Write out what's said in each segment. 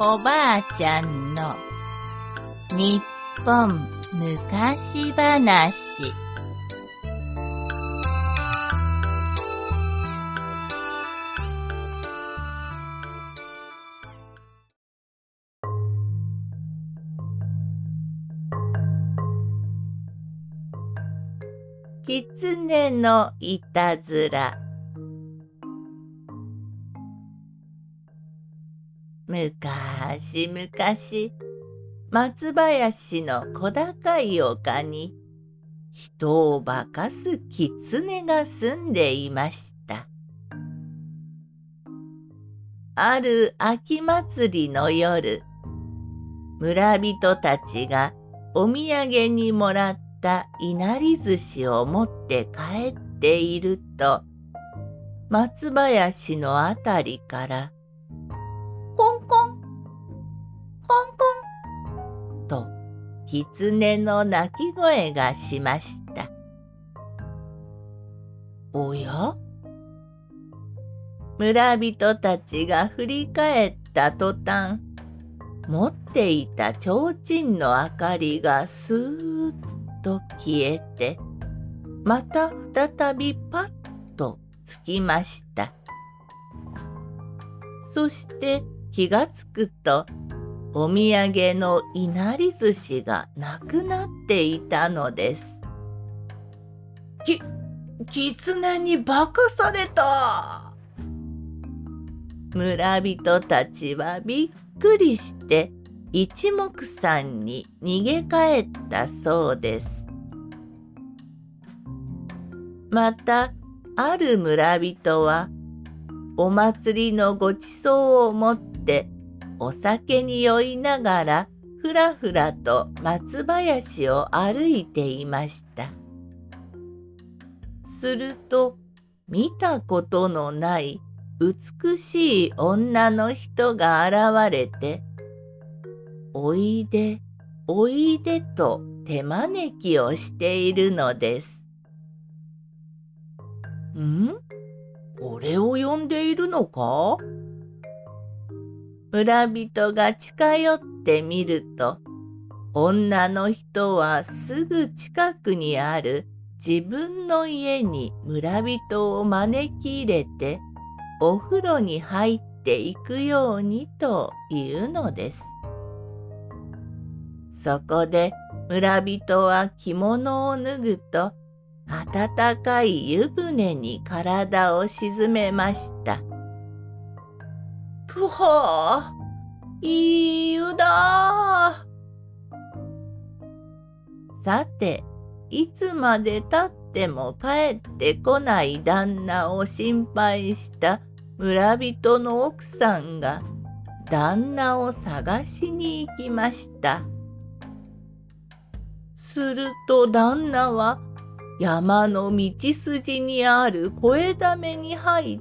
おばあちゃんの日本昔話。狐のいたずら。むかしむかし、松林の小高い丘に人を化かす狐が住んでいました。ある秋祭りの夜、村人たちがお土産にもらったいなり寿司を持って帰っていると、松林のあたりからコンコン、コンコンと狐の鳴き声がしました。おや？村人たちが振り返った途端、持っていた提灯の明かりがスーッと消えて、また再びパッとつきました。そして気がつくと、お土産のいなり寿司がなくなっていたのです。狐に化かされた。村人たちはびっくりして一目散に逃げ帰ったそうです。またある村人はお祭りのごちそうを持ってお酒に酔いながらふらふらと松林を歩いていました。すると見たことのない美しい女の人が現れて、おいでおいでと手招きをしているのです。ん？俺を呼んでいるのか？村人が近寄ってみると、女の人はすぐ近くにある自分の家に村人を招き入れて、お風呂に入っていくようにというのです。そこで村人は着物を脱ぐと、温かい湯船に体を沈めました。ふはあ、いい湯だ。さて、いつまでたっても帰ってこない旦那を心配した村人の奥さんが旦那を探しに行きました。すると旦那は山の道筋にある小枝目に入って、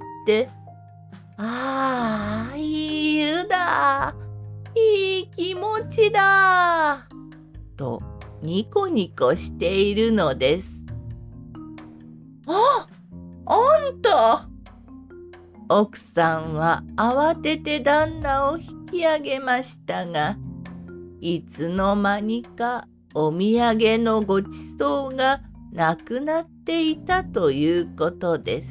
ああ、いい湯だ。いい気持ちだ。とニコニコしているのです。あんた。奥さんは慌てて旦那を引き上げましたが、いつの間にかお土産のごちそうがなくなっていたということです。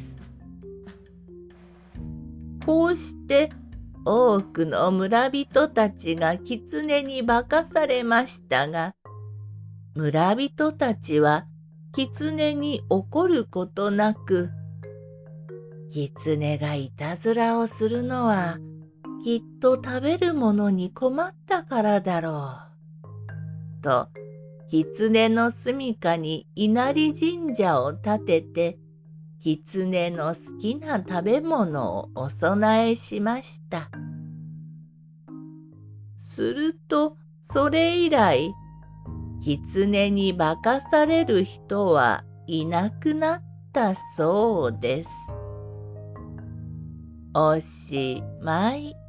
こうして多くの村人たちが狐に化かされましたが、村人たちは狐に怒ることなく、狐がいたずらをするのはきっと食べるものに困ったからだろう、と狐のすみかに稲荷神社を建てて、狐の好きな食べ物をお供えしました。するとそれ以来、狐に化かされる人はいなくなったそうです。おしまい。